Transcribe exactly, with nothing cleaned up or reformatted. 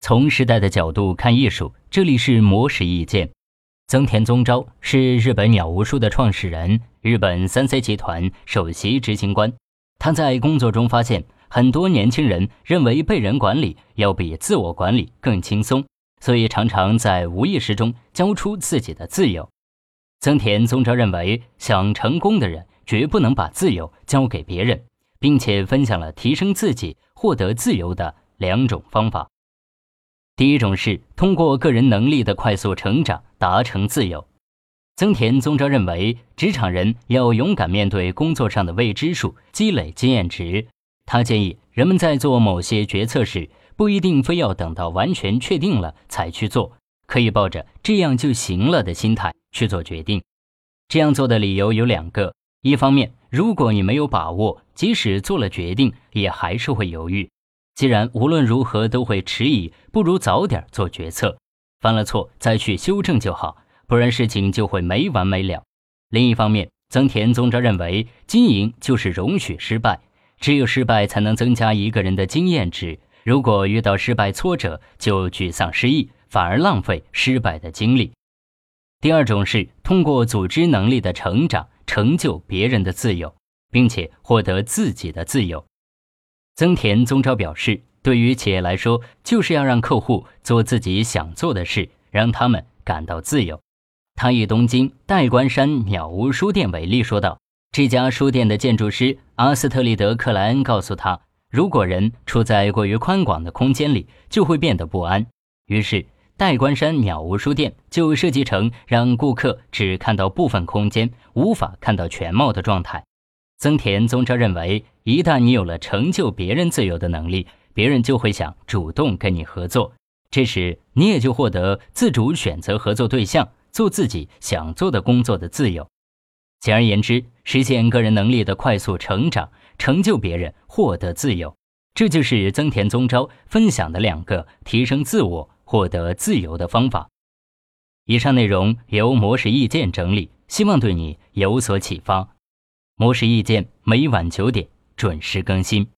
从时代的角度看艺术，这里是魔石意见。增田宗昭是日本鸟屋书的创始人，日本三 C 集团首席执行官。他在工作中发现，很多年轻人认为被人管理要比自我管理更轻松，所以常常在无意识中交出自己的自由。增田宗昭认为，想成功的人绝不能把自由交给别人，并且分享了提升自己、获得自由的两种方法。第一种是通过个人能力的快速成长达成自由。增田宗昭认为，职场人要勇敢面对工作上的未知数，积累经验值。他建议人们在做某些决策时，不一定非要等到完全确定了才去做，可以抱着这样就行了的心态去做决定。这样做的理由有两个，一方面，如果你没有把握，即使做了决定，也还是会犹豫。既然无论如何都会迟疑，不如早点做决策，犯了错再去修正就好，不然事情就会没完没了。另一方面，增田宗昭认为，经营就是容许失败，只有失败才能增加一个人的经验值。如果遇到失败挫折就沮丧失意，反而浪费失败的经历。第二种是通过组织能力的成长，成就别人的自由，并且获得自己的自由。增田宗昭表示，对于企业来说，就是要让客户做自己想做的事，让他们感到自由。他以东京代官山鸟屋书店为例说道，这家书店的建筑师阿斯特利德·克莱恩告诉他，如果人处在过于宽广的空间里，就会变得不安。于是代官山鸟屋书店就设计成让顾客只看到部分空间，无法看到全貌的状态。增田宗昭认为，一旦你有了成就别人自由的能力，别人就会想主动跟你合作，这时你也就获得自主选择合作对象，做自己想做的工作的自由。简而言之，实现个人能力的快速成长，成就别人，获得自由，这就是增田宗昭分享的两个提升自我、获得自由的方法。以上内容由魔石意见整理，希望对你有所启发。魔石意见每晚九点准时更新。